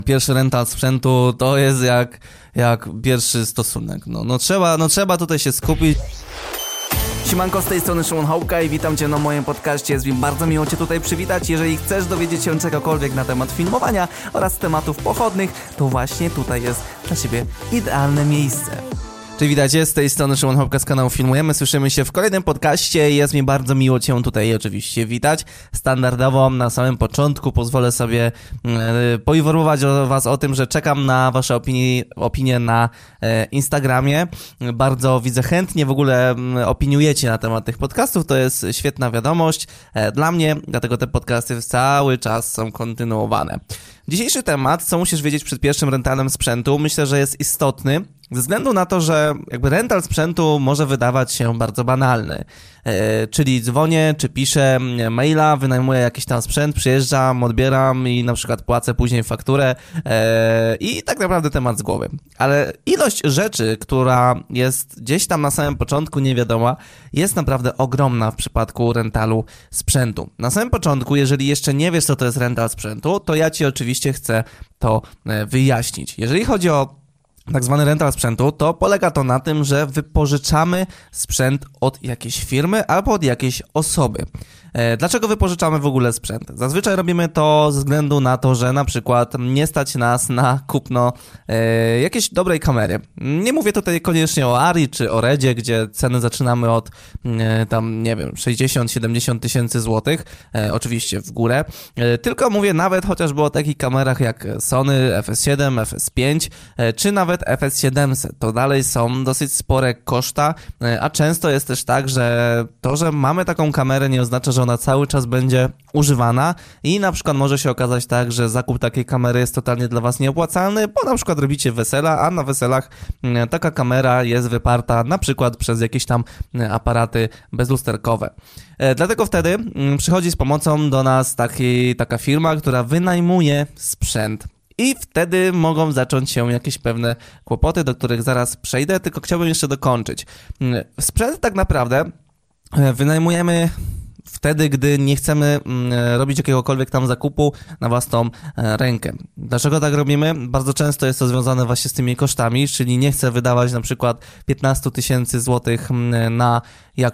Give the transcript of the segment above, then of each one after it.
Pierwszy rental sprzętu to jest jak pierwszy stosunek. No trzeba tutaj się skupić. Siemanko, z tej strony Szymon Hołka i witam Cię na moim podcaście. Jest mi bardzo miło Cię tutaj przywitać. Jeżeli chcesz dowiedzieć się czegokolwiek na temat filmowania oraz tematów pochodnych, to właśnie tutaj jest dla Ciebie idealne miejsce. Cześć, witajcie, z tej strony Szymon Hołka z kanału Filmujemy. Słyszymy się w kolejnym podcaście. Jest mi bardzo miło Cię tutaj oczywiście witać. Standardowo na samym początku pozwolę sobie poinformować Was o tym, że czekam na Wasze opinie na Instagramie. Bardzo widzę chętnie w ogóle opiniujecie na temat tych podcastów. To jest świetna wiadomość dla mnie, dlatego te podcasty cały czas są kontynuowane. Dzisiejszy temat, co musisz wiedzieć przed pierwszym rentalem sprzętu, myślę, że jest istotny, ze względu na to, że jakby rental sprzętu może wydawać się bardzo banalny. Czyli dzwonię, czy piszę maila, wynajmuję jakiś tam sprzęt, przyjeżdżam, odbieram i na przykład płacę później fakturę i tak naprawdę temat z głowy. Ale ilość rzeczy, która jest gdzieś tam na samym początku niewiadoma, jest naprawdę ogromna w przypadku rentalu sprzętu. Na samym początku, jeżeli jeszcze nie wiesz, co to jest rental sprzętu, to ja Ci oczywiście chcę to wyjaśnić. Jeżeli chodzi o tak zwany rental sprzętu, to polega to na tym, że wypożyczamy sprzęt od jakiejś firmy albo od jakiejś osoby. Dlaczego wypożyczamy w ogóle sprzęt? Zazwyczaj robimy to ze względu na to, że na przykład nie stać nas na kupno jakiejś dobrej kamery. Nie mówię tutaj koniecznie o Ari czy o Redzie, gdzie ceny zaczynamy od tam, nie wiem, 60-70 tysięcy złotych, oczywiście w górę, tylko mówię nawet chociażby o takich kamerach jak Sony FS7, FS5, czy nawet FS700. To dalej są dosyć spore koszta, a często jest też tak, że to, że mamy taką kamerę, nie oznacza, że ona cały czas będzie używana i na przykład może się okazać tak, że zakup takiej kamery jest totalnie dla Was nieopłacalny, bo na przykład robicie wesela, a na weselach taka kamera jest wyparta na przykład przez jakieś tam aparaty bezlusterkowe. Dlatego wtedy przychodzi z pomocą do nas taka firma, która wynajmuje sprzęt. I wtedy mogą zacząć się jakieś pewne kłopoty, do których zaraz przejdę, tylko chciałbym jeszcze dokończyć. Sprzęt tak naprawdę wynajmujemy wtedy, gdy nie chcemy robić jakiegokolwiek tam zakupu na własną rękę. Dlaczego tak robimy? Bardzo często jest to związane właśnie z tymi kosztami, czyli nie chcę wydawać na przykład 15 tysięcy złotych na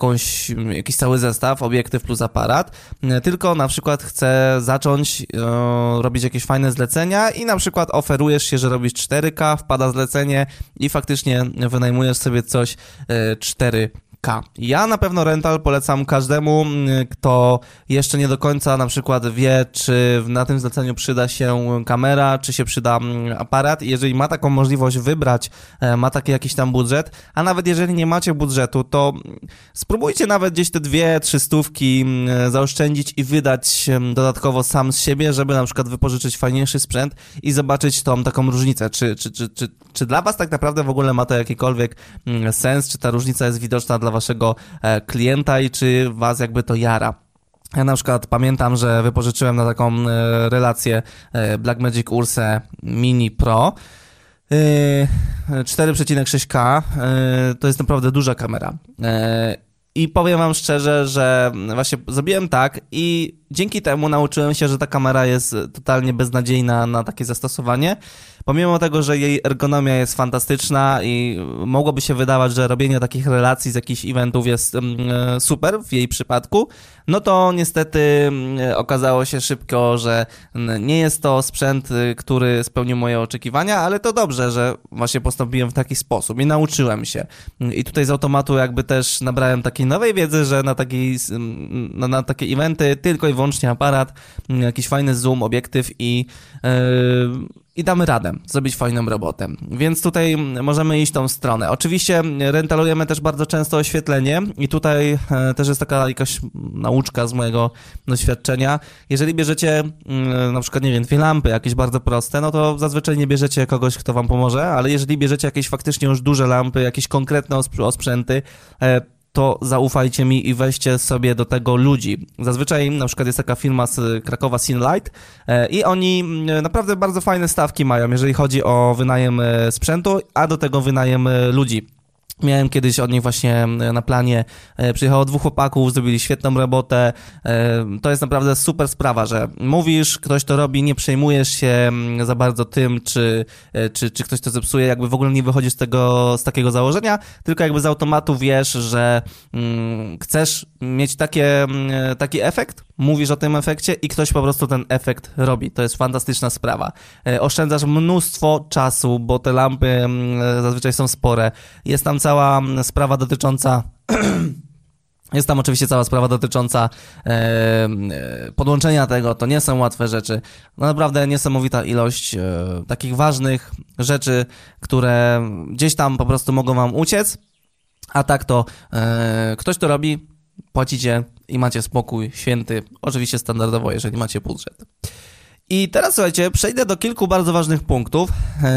jakiś cały zestaw, obiektyw plus aparat, tylko na przykład chcę zacząć robić jakieś fajne zlecenia i na przykład oferujesz się, że robisz 4K, wpada zlecenie i faktycznie wynajmujesz sobie coś 4K. Ja na pewno rental polecam każdemu, kto jeszcze nie do końca na przykład wie, czy na tym zleceniu przyda się kamera, czy się przyda aparat. Jeżeli ma taką możliwość wybrać, ma taki jakiś tam budżet, a nawet jeżeli nie macie budżetu, to spróbujcie nawet gdzieś te 2-3 stówki zaoszczędzić i wydać dodatkowo sam z siebie, żeby na przykład wypożyczyć fajniejszy sprzęt i zobaczyć tą taką różnicę. Czy dla Was tak naprawdę w ogóle ma to jakikolwiek sens, czy ta różnica jest widoczna dla Waszego klienta i czy Was jakby to jara. Ja na przykład pamiętam, że wypożyczyłem na taką relację Blackmagic Ursa Mini Pro 4,6K, to jest naprawdę duża kamera. I powiem Wam szczerze, że właśnie zrobiłem tak i dzięki temu nauczyłem się, że ta kamera jest totalnie beznadziejna na takie zastosowanie. Pomimo tego, że jej ergonomia jest fantastyczna i mogłoby się wydawać, że robienie takich relacji z jakichś eventów jest super w jej przypadku, no to niestety okazało się szybko, że nie jest to sprzęt, który spełnił moje oczekiwania, ale to dobrze, że właśnie postąpiłem w taki sposób i nauczyłem się. I tutaj z automatu jakby też nabrałem takiej nowej wiedzy, że na takie eventy tylko i wyłącznie aparat, jakiś fajny zoom, obiektyw i damy radę zrobić fajną robotę. Więc tutaj możemy iść tą stronę. Oczywiście rentalujemy też bardzo często oświetlenie i tutaj też jest taka jakaś nauczka z mojego doświadczenia. Jeżeli bierzecie na przykład, nie wiem, 2 lampy jakieś bardzo proste, no to zazwyczaj nie bierzecie kogoś, kto Wam pomoże, ale jeżeli bierzecie jakieś faktycznie już duże lampy, jakieś konkretne osprzęty, to zaufajcie mi i weźcie sobie do tego ludzi. Zazwyczaj na przykład jest taka firma z Krakowa Sinlight i oni naprawdę bardzo fajne stawki mają, jeżeli chodzi o wynajem sprzętu, a do tego wynajem ludzi. Miałem kiedyś od nich właśnie na planie, przyjechało 2 chłopaków, zrobili świetną robotę, to jest naprawdę super sprawa, że mówisz, ktoś to robi, nie przejmujesz się za bardzo tym, czy ktoś to zepsuje, jakby w ogóle nie wychodzisz z takiego założenia, tylko jakby z automatu wiesz, że chcesz mieć taki efekt, mówisz o tym efekcie i ktoś po prostu ten efekt robi. To jest fantastyczna sprawa. Oszczędzasz mnóstwo czasu, bo te lampy zazwyczaj są spore. Jest tam cała sprawa dotycząca... Jest tam oczywiście cała sprawa dotycząca podłączenia tego, to nie są łatwe rzeczy. No naprawdę niesamowita ilość takich ważnych rzeczy, które gdzieś tam po prostu mogą wam uciec, a tak to ktoś to robi, płacicie i macie spokój święty, oczywiście standardowo, jeżeli macie budżet. I teraz słuchajcie, przejdę do kilku bardzo ważnych punktów,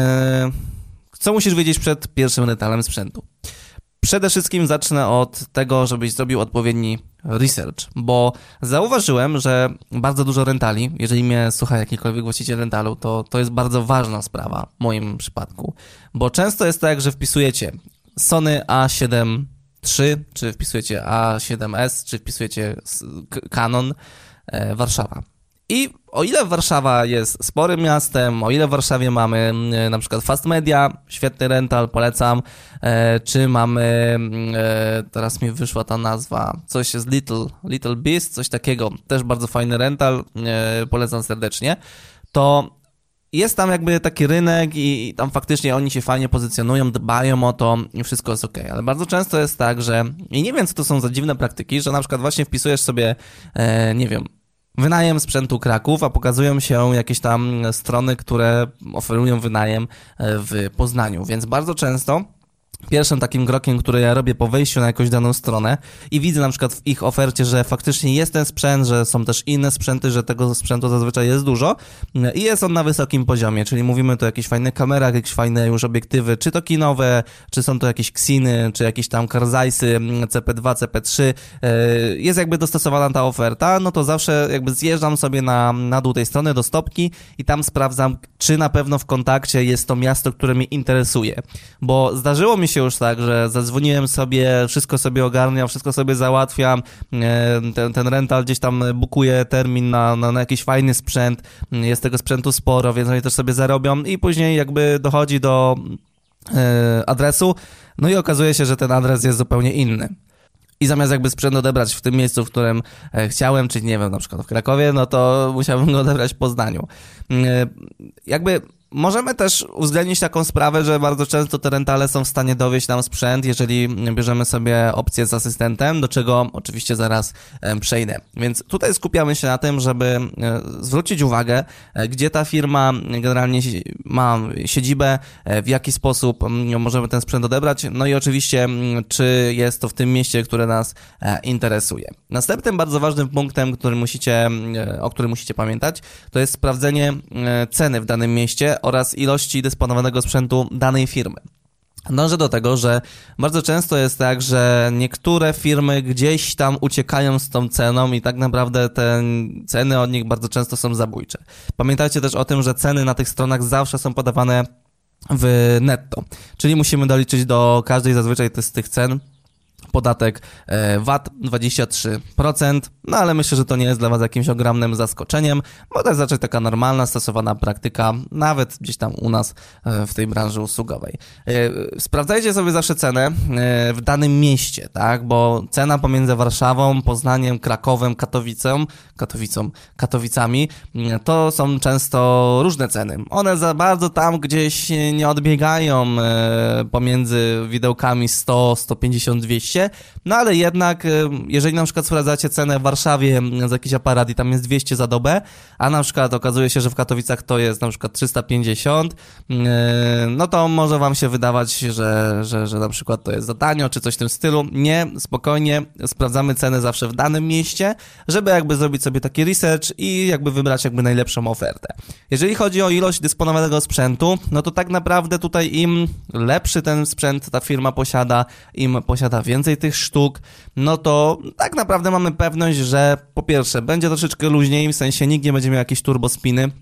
co musisz wiedzieć przed pierwszym rentalem sprzętu. Przede wszystkim zacznę od tego, żebyś zrobił odpowiedni research, bo zauważyłem, że bardzo dużo rentali, jeżeli mnie słucha jakikolwiek właściciel rentalu, to jest bardzo ważna sprawa w moim przypadku, bo często jest tak, że wpisujecie Sony A7 III, czy wpisujecie A7S, czy wpisujecie Canon Warszawa. I o ile Warszawa jest sporym miastem, o ile w Warszawie mamy na przykład Fast Media, świetny rental, polecam, czy mamy, teraz mi wyszła ta nazwa, coś z Little Beast, coś takiego, też bardzo fajny rental, polecam serdecznie, to jest tam jakby taki rynek i tam faktycznie oni się fajnie pozycjonują, dbają o to i wszystko jest okej. Ale bardzo często jest tak, że i nie wiem, co to są za dziwne praktyki, że na przykład właśnie wpisujesz sobie, nie wiem, wynajem sprzętu Kraków, a pokazują się jakieś tam strony, które oferują wynajem w Poznaniu, więc bardzo często pierwszym takim krokiem, który ja robię po wejściu na jakąś daną stronę i widzę na przykład w ich ofercie, że faktycznie jest ten sprzęt, że są też inne sprzęty, że tego sprzętu zazwyczaj jest dużo i jest on na wysokim poziomie, czyli mówimy tu o jakichś fajnych kamerach, jakieś fajne już obiektywy, czy to kinowe, czy są to jakieś Xiny, czy jakieś tam Karzajsy, CP2, CP3, jest jakby dostosowana ta oferta, no to zawsze jakby zjeżdżam sobie na dół tej strony do stopki i tam sprawdzam, czy na pewno w kontakcie jest to miasto, które mnie interesuje, bo zdarzyło mi się już tak, że zadzwoniłem sobie, wszystko sobie ogarniam, wszystko sobie załatwiam, ten rental gdzieś tam bukuje termin na jakiś fajny sprzęt, jest tego sprzętu sporo, więc oni też sobie zarobią i później jakby dochodzi do adresu, no i okazuje się, że ten adres jest zupełnie inny. I zamiast jakby sprzęt odebrać w tym miejscu, w którym chciałem, czyli nie wiem, na przykład w Krakowie, no to musiałbym go odebrać w Poznaniu. Jakby możemy też uwzględnić taką sprawę, że bardzo często te rentale są w stanie dowieźć nam sprzęt, jeżeli bierzemy sobie opcję z asystentem, do czego oczywiście zaraz przejdę. Więc tutaj skupiamy się na tym, żeby zwrócić uwagę, gdzie ta firma generalnie ma siedzibę, w jaki sposób możemy ten sprzęt odebrać, no i oczywiście, czy jest to w tym mieście, które nas interesuje. Następnym bardzo ważnym punktem, o którym musicie pamiętać, to jest sprawdzenie ceny w danym mieście oraz ilości dysponowanego sprzętu danej firmy. Dążę do tego, że bardzo często jest tak, że niektóre firmy gdzieś tam uciekają z tą ceną i tak naprawdę te ceny od nich bardzo często są zabójcze. Pamiętajcie też o tym, że ceny na tych stronach zawsze są podawane w netto, czyli musimy doliczyć do każdej zazwyczaj z tych cen podatek VAT 23%, no ale myślę, że to nie jest dla was jakimś ogromnym zaskoczeniem, bo to jest raczej taka normalna, stosowana praktyka, nawet gdzieś tam u nas w tej branży usługowej. Sprawdzajcie sobie zawsze cenę w danym mieście, tak, bo cena pomiędzy Warszawą, Poznaniem, Krakowem, Katowicami, to są często różne ceny. One za bardzo tam gdzieś nie odbiegają pomiędzy widełkami 100, 150, 200, no ale jednak, jeżeli na przykład sprawdzacie cenę w Warszawie za jakiś aparat i tam jest 200 za dobę, a na przykład okazuje się, że w Katowicach to jest na przykład 350, no to może wam się wydawać, że na przykład to jest za tanio, czy coś w tym stylu. Nie, spokojnie, sprawdzamy cenę zawsze w danym mieście, żeby jakby zrobić sobie taki research i jakby wybrać jakby najlepszą ofertę. Jeżeli chodzi o ilość dysponowanego sprzętu, no to tak naprawdę tutaj im lepszy ten sprzęt ta firma posiada, im posiada więcej tych sztuk, no to tak naprawdę mamy pewność, że po pierwsze będzie troszeczkę luźniej, w sensie nikt nie będzie miał jakieś turbospiny,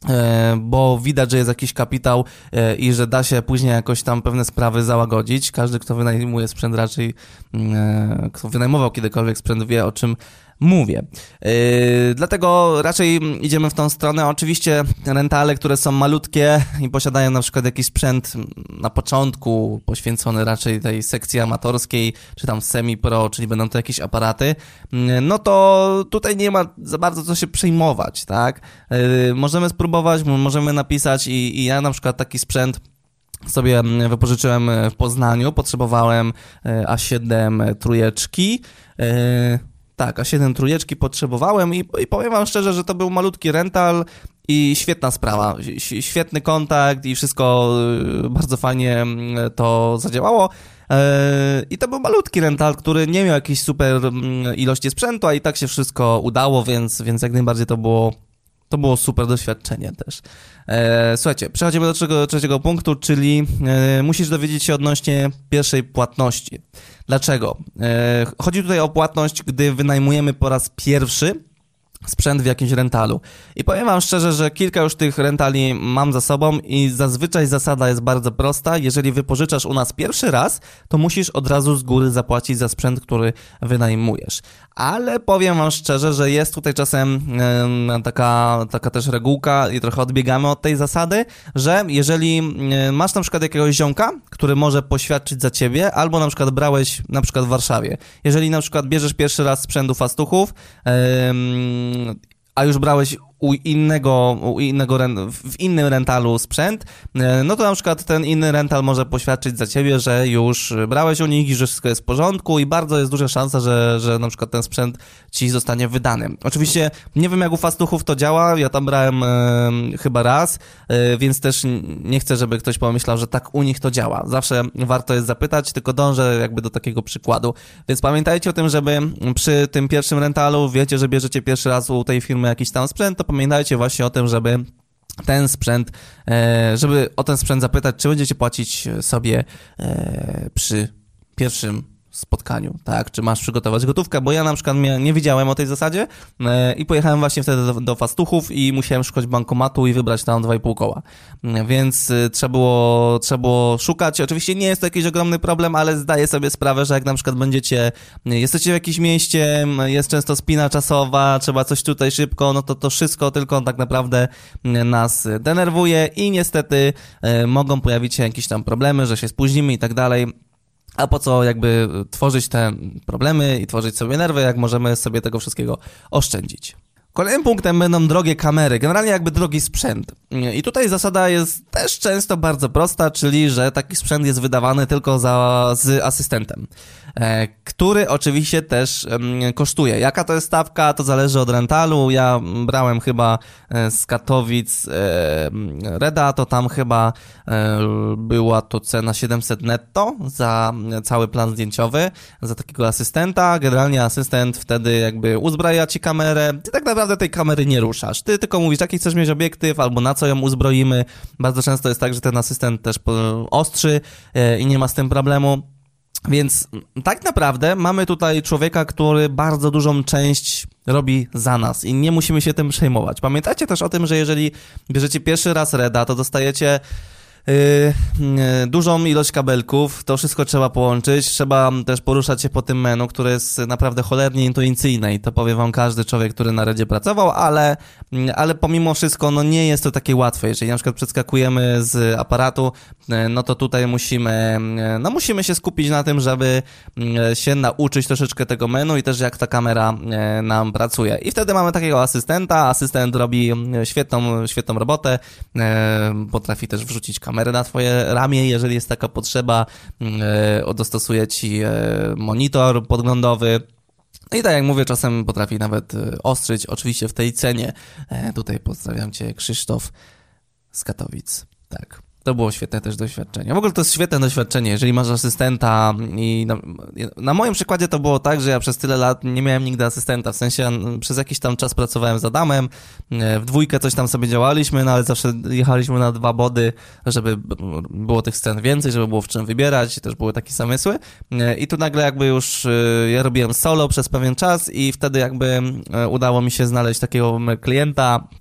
bo widać, że jest jakiś kapitał i że da się później jakoś tam pewne sprawy załagodzić. Każdy, kto wynajmuje sprzęt raczej, kto wynajmował kiedykolwiek sprzęt, wie, o czym mówię. Dlatego raczej idziemy w tą stronę. Oczywiście rentale, które są malutkie i posiadają na przykład jakiś sprzęt na początku poświęcony raczej tej sekcji amatorskiej, czy tam semi-pro, czyli będą to jakieś aparaty, no to tutaj nie ma za bardzo co się przejmować, tak? Możemy spróbować, możemy napisać i ja na przykład taki sprzęt sobie wypożyczyłem w Poznaniu, potrzebowałem A7 trójeczki, tak, A7 trójeczki potrzebowałem i powiem wam szczerze, że to był malutki rental i świetna sprawa, świetny kontakt i wszystko bardzo fajnie to zadziałało. I to był malutki rental, który nie miał jakiejś super ilości sprzętu, a i tak się wszystko udało, więc jak najbardziej to było super doświadczenie też. Słuchajcie, przechodzimy do trzeciego punktu, czyli musisz dowiedzieć się odnośnie pierwszej płatności. Dlaczego? Chodzi tutaj o płatność, gdy wynajmujemy po raz pierwszy sprzęt w jakimś rentalu. I powiem wam szczerze, że kilka już tych rentali mam za sobą i zazwyczaj zasada jest bardzo prosta. Jeżeli wypożyczasz u nas pierwszy raz, to musisz od razu z góry zapłacić za sprzęt, który wynajmujesz. Ale powiem wam szczerze, że jest tutaj czasem taka też regułka i trochę odbiegamy od tej zasady, że jeżeli masz na przykład jakiegoś ziomka, który może poświadczyć za ciebie, albo na przykład brałeś na przykład w Warszawie. Jeżeli na przykład bierzesz pierwszy raz sprzęt u Fastuchów, a już brałeś w innym rentalu sprzęt, no to na przykład ten inny rental może poświadczyć za ciebie, że już brałeś u nich i że wszystko jest w porządku i bardzo jest duża szansa, że na przykład ten sprzęt ci zostanie wydany. Oczywiście nie wiem, jak u Fastuchów to działa, ja tam brałem chyba raz, więc też nie chcę, żeby ktoś pomyślał, że tak u nich to działa. Zawsze warto jest zapytać, tylko dążę jakby do takiego przykładu. Więc pamiętajcie o tym, żeby przy tym pierwszym rentalu, wiecie, że bierzecie pierwszy raz u tej firmy jakiś tam sprzęt, to pamiętajcie właśnie o tym, żeby o ten sprzęt zapytać, czy będziecie płacić sobie przy pierwszym spotkaniu, tak? Czy masz przygotować gotówkę, bo ja na przykład nie wiedziałem o tej zasadzie i pojechałem właśnie wtedy do Fastuchów i musiałem szukać bankomatu i wybrać tam 2,5 koła. Więc trzeba było szukać. Oczywiście nie jest to jakiś ogromny problem, ale zdaję sobie sprawę, że jak na przykład jesteście w jakimś mieście, jest często spina czasowa, trzeba coś tutaj szybko, no to wszystko tylko tak naprawdę nas denerwuje i niestety mogą pojawić się jakieś tam problemy, że się spóźnimy i tak dalej. A po co jakby tworzyć te problemy i tworzyć sobie nerwy, jak możemy sobie tego wszystkiego oszczędzić. Kolejnym punktem będą drogie kamery, generalnie jakby drogi sprzęt. I tutaj zasada jest też często bardzo prosta, czyli że taki sprzęt jest wydawany tylko z asystentem, który oczywiście też kosztuje. Jaka to jest stawka, to zależy od rentalu. Ja brałem chyba z Katowic Reda, to tam chyba była to cena 700 netto za cały plan zdjęciowy, za takiego asystenta. Generalnie asystent wtedy jakby uzbraja ci kamerę. Ty tak naprawdę tej kamery nie ruszasz. Ty tylko mówisz, jaki chcesz mieć obiektyw, albo na co ją uzbroimy. Bardzo często jest tak, że ten asystent też ostrzy i nie ma z tym problemu. Więc tak naprawdę mamy tutaj człowieka, który bardzo dużą część robi za nas i nie musimy się tym przejmować. Pamiętajcie też o tym, że jeżeli bierzecie pierwszy raz Reda, to dostajecie dużą ilość kabelków, to wszystko trzeba połączyć, trzeba też poruszać się po tym menu, które jest naprawdę cholernie intuicyjne i to powie wam każdy człowiek, który na Redzie pracował, ale pomimo wszystko no nie jest to takie łatwe. Jeżeli na przykład przeskakujemy z aparatu, no to tutaj musimy się skupić na tym, żeby się nauczyć troszeczkę tego menu i też jak ta kamera nam pracuje. I wtedy mamy takiego asystenta, asystent robi świetną robotę, potrafi też wrzucić kamerę na twoje ramię, jeżeli jest taka potrzeba, dostosuje ci monitor podglądowy. No i tak jak mówię, czasem potrafi nawet ostrzyć, oczywiście w tej cenie. Tutaj pozdrawiam cię, Krzysztof z Katowic. Tak. To było świetne też doświadczenie. W ogóle to jest świetne doświadczenie, jeżeli masz asystenta i na moim przykładzie to było tak, że ja przez tyle lat nie miałem nigdy asystenta, w sensie przez jakiś tam czas pracowałem z Adamem, w dwójkę coś tam sobie działaliśmy, no ale zawsze jechaliśmy na 2 body, żeby było tych scen więcej, żeby było w czym wybierać, też były takie zamysły i tu nagle jakby już ja robiłem solo przez pewien czas i wtedy jakby udało mi się znaleźć takiego klienta,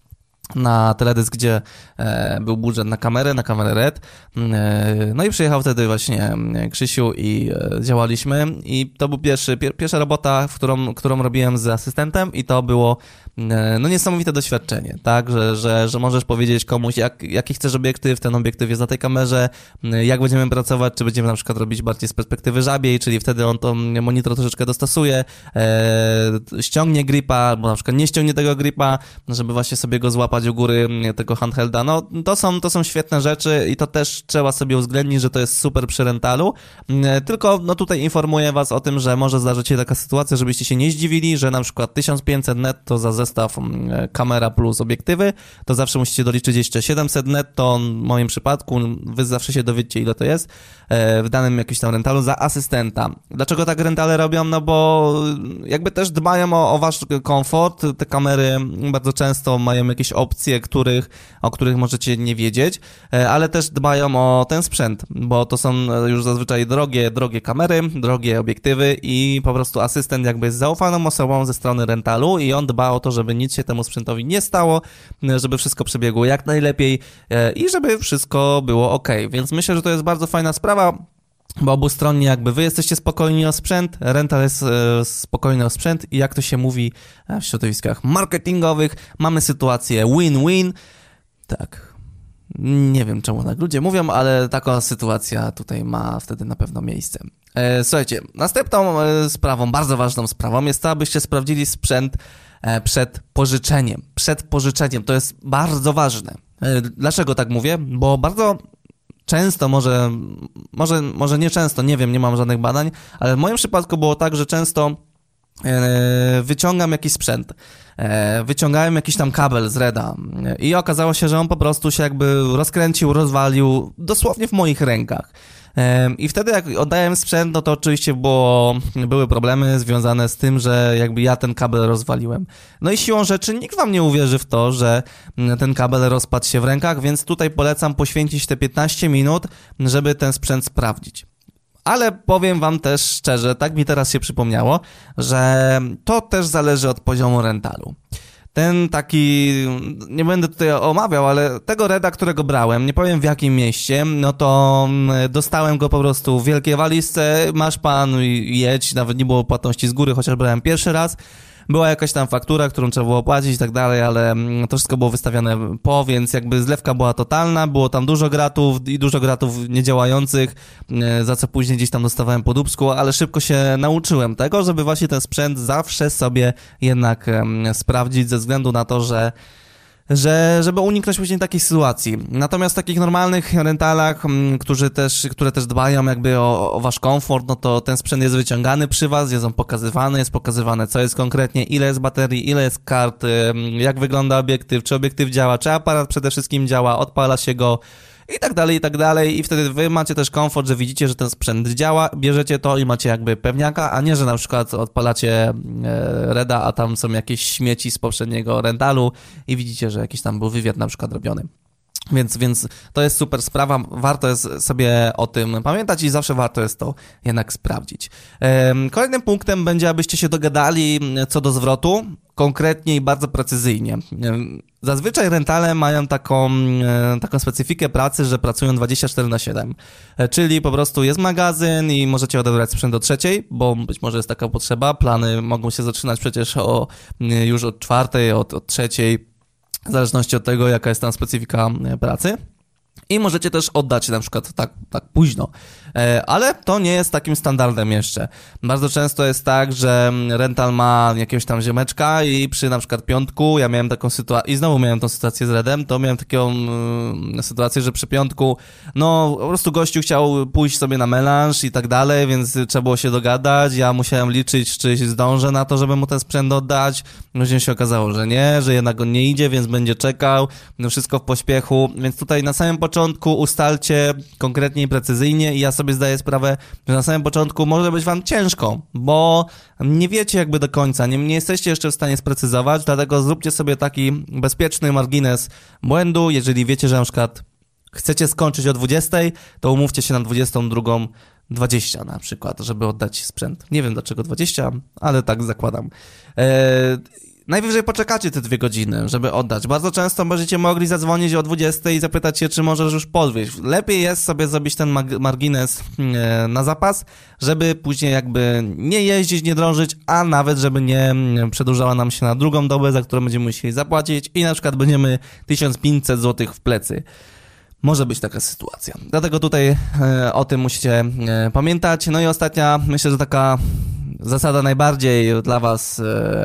na teledysk, gdzie był budżet na kamerę RED. No i przyjechał wtedy właśnie Krzysiu i działaliśmy i to był pierwsza robota, którą robiłem z asystentem i to było no niesamowite doświadczenie, tak, że możesz powiedzieć komuś, jaki chcesz obiektyw, ten obiektyw jest na tej kamerze, jak będziemy pracować, czy będziemy na przykład robić bardziej z perspektywy żabiej, czyli wtedy on to monitor troszeczkę dostosuje, ściągnie gripa, albo na przykład nie ściągnie tego gripa, żeby właśnie sobie go złapać u góry tego handhelda. No to są świetne rzeczy i to też trzeba sobie uwzględnić, że to jest super przy rentalu, tylko no tutaj informuję was o tym, że może zdarzyć się taka sytuacja, żebyście się nie zdziwili, że na przykład 1500 netto za zestaw kamera plus obiektywy, to zawsze musicie doliczyć jeszcze 700 netto, w moim przypadku wy zawsze się dowiecie, ile to jest w danym jakimś tam rentalu za asystenta. Dlaczego tak rentale robią? No bo jakby też dbają o wasz komfort, te kamery bardzo często mają jakieś opcje, o których możecie nie wiedzieć, ale też dbają o ten sprzęt, bo to są już zazwyczaj drogie kamery, drogie obiektywy i po prostu asystent jakby jest zaufaną osobą ze strony rentalu i on dba o to, żeby nic się temu sprzętowi nie stało, żeby wszystko przebiegło jak najlepiej i żeby wszystko było ok. Więc myślę, że to jest bardzo fajna sprawa, bo obustronnie jakby wy jesteście spokojni o sprzęt, rental jest spokojny o sprzęt i jak to się mówi w środowiskach marketingowych, mamy sytuację win-win. Tak, nie wiem czemu tak ludzie mówią, ale taka sytuacja tutaj ma wtedy na pewno miejsce. Słuchajcie, następną sprawą, bardzo ważną sprawą jest to, abyście sprawdzili sprzęt przed pożyczeniem. Przed pożyczeniem, to jest bardzo ważne. Dlaczego tak mówię? Bo bardzo często, może nie często, nie wiem, nie mam żadnych badań, ale w moim przypadku było tak, że często wyciągam jakiś sprzęt, wyciągałem jakiś tam kabel z REDa i okazało się, że on po prostu się jakby rozkręcił, rozwalił dosłownie w moich rękach. I wtedy jak oddałem sprzęt, no to oczywiście były problemy związane z tym, że jakby ja ten kabel rozwaliłem. No i siłą rzeczy nikt wam nie uwierzy w to, że ten kabel rozpadł się w rękach, więc tutaj polecam poświęcić te 15 minut, żeby ten sprzęt sprawdzić. Ale powiem wam też szczerze, tak mi teraz się przypomniało, że to też zależy od poziomu rentalu. Ten taki, nie będę tutaj omawiał, ale tego REDa, którego brałem, nie powiem w jakim mieście, no to dostałem go po prostu w wielkiej walizce, masz pan i jedź, nawet nie było płatności z góry, chociaż brałem pierwszy raz. Była jakaś tam faktura, którą trzeba było płacić i tak dalej, ale to wszystko było wystawione więc jakby zlewka była totalna, było tam dużo gratów niedziałających, za co później gdzieś tam dostawałem po dupsku, ale szybko się nauczyłem tego, żeby właśnie ten sprzęt zawsze sobie jednak sprawdzić ze względu na to, żeby uniknąć później takiej sytuacji. Natomiast w takich normalnych rentalach, które też dbają jakby o wasz komfort, no to ten sprzęt jest wyciągany przy was, jest on pokazywany, jest pokazywane co jest konkretnie, ile jest baterii, ile jest kart, jak wygląda obiektyw, czy obiektyw działa, czy aparat przede wszystkim działa, odpala się go i tak dalej i wtedy wy macie też komfort, że widzicie, że ten sprzęt działa, bierzecie to i macie jakby pewniaka, a nie, że na przykład odpalacie REDa, a tam są jakieś śmieci z poprzedniego rentalu i widzicie, że jakiś tam był wywiad na przykład robiony. Więc to jest super sprawa, warto jest sobie o tym pamiętać i zawsze warto jest to jednak sprawdzić. Kolejnym punktem będzie, abyście się dogadali co do zwrotu, konkretnie i bardzo precyzyjnie. Zazwyczaj rentale mają taką specyfikę pracy, że pracują 24/7, czyli po prostu jest magazyn i możecie odebrać sprzęt do 3:00, bo być może jest taka potrzeba, plany mogą się zaczynać przecież już od 4:00, od 3:00, w zależności od tego, jaka jest tam specyfika pracy. I możecie też oddać na przykład tak późno. Ale to nie jest takim standardem jeszcze. Bardzo często jest tak, że rental ma jakiegoś tam ziomeczka i przy na przykład piątku, ja miałem taką sytuację, i znowu miałem tą sytuację z REDem, to miałem taką sytuację, że przy piątku, no po prostu gościu chciał pójść sobie na melanż i tak dalej, więc trzeba było się dogadać, ja musiałem liczyć, czy zdążę na to, żeby mu ten sprzęt oddać. Później się okazało, że nie, że jednak on nie idzie, więc będzie czekał, no wszystko w pośpiechu, więc tutaj na samym początku ustalcie konkretnie i precyzyjnie i ja sobie zdaję sprawę, że na samym początku może być wam ciężko, bo nie wiecie jakby do końca, nie jesteście jeszcze w stanie sprecyzować, dlatego zróbcie sobie taki bezpieczny margines błędu, jeżeli wiecie, że na przykład chcecie skończyć o 20:00, to umówcie się na 22:20 na przykład, żeby oddać sprzęt. Nie wiem dlaczego 20, ale tak zakładam. najwyżej poczekacie te 2 godziny, żeby oddać. Bardzo często będziecie mogli zadzwonić o 20 i zapytać się, czy możesz już podwieźć. Lepiej jest sobie zrobić ten margines na zapas, żeby później jakby nie jeździć, nie drążyć, a nawet żeby nie przedłużała nam się na drugą dobę, za którą będziemy musieli zapłacić i na przykład będziemy 1500 zł w plecy. Może być taka sytuacja. Dlatego tutaj o tym musicie pamiętać. No i ostatnia, myślę, że taka zasada najbardziej dla was,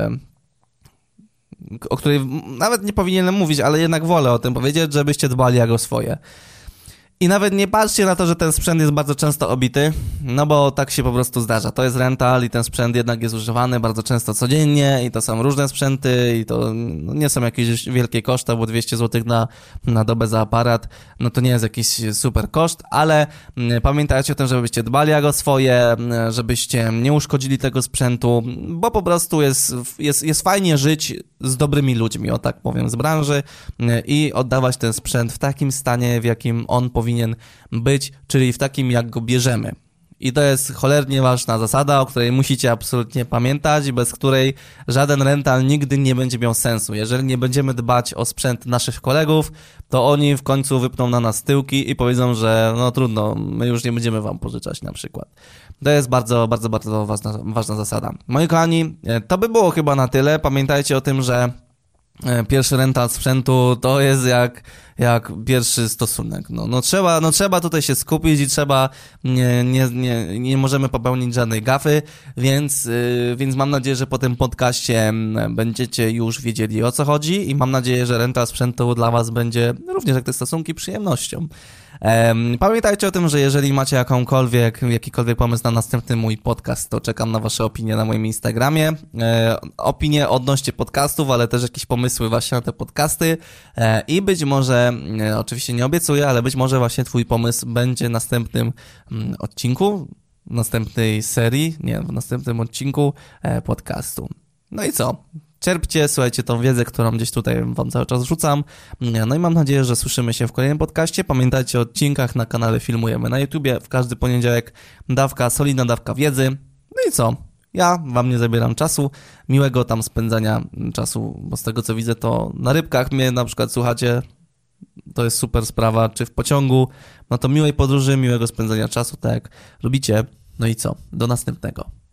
o której nawet nie powinienem mówić, ale jednak wolę o tym powiedzieć, żebyście dbali jak o swoje. I nawet nie patrzcie na to, że ten sprzęt jest bardzo często obity, no bo tak się po prostu zdarza. To jest rental i ten sprzęt jednak jest używany bardzo często codziennie i to są różne sprzęty i to nie są jakieś wielkie koszty, bo 200 zł na dobę za aparat, no to nie jest jakiś super koszt, ale pamiętajcie o tym, żebyście dbali jak o swoje, żebyście nie uszkodzili tego sprzętu, bo po prostu jest fajnie żyć z dobrymi ludźmi, o tak powiem, z branży i oddawać ten sprzęt w takim stanie, w jakim on powinien być, czyli w takim, jak go bierzemy. I to jest cholernie ważna zasada, o której musicie absolutnie pamiętać i bez której żaden rental nigdy nie będzie miał sensu. Jeżeli nie będziemy dbać o sprzęt naszych kolegów, to oni w końcu wypną na nas tyłki i powiedzą, że no trudno, my już nie będziemy wam pożyczać na przykład. To jest bardzo, bardzo, bardzo ważna zasada. Moi kochani, to by było chyba na tyle. Pamiętajcie o tym, że pierwszy rental sprzętu to jest jak pierwszy stosunek. No trzeba tutaj się skupić i trzeba, nie możemy popełnić żadnej gafy, więc mam nadzieję, że po tym podcaście będziecie już wiedzieli, o co chodzi i mam nadzieję, że rental sprzętu dla was będzie również jak te stosunki przyjemnością. Pamiętajcie o tym, że jeżeli macie jakikolwiek pomysł na następny mój podcast, to czekam na wasze opinie na moim Instagramie. Opinie odnośnie podcastów, ale też jakieś pomysły właśnie na te podcasty i być może, oczywiście nie obiecuję, ale być może właśnie twój pomysł będzie w następnym odcinku, w następnej serii, w następnym odcinku podcastu. No i co? Czerpcie, słuchajcie tą wiedzę, którą gdzieś tutaj wam cały czas rzucam. No i mam nadzieję, że słyszymy się w kolejnym podcaście. Pamiętajcie o odcinkach na kanale Filmujemy na YouTubie. W każdy poniedziałek solidna dawka wiedzy. No i co? Ja wam nie zabieram czasu. Miłego tam spędzania czasu, bo z tego co widzę, to na Rybkach mnie na przykład słuchacie. To jest super sprawa. Czy w pociągu. No to miłej podróży, miłego spędzania czasu, tak jak lubicie. No i co? Do następnego.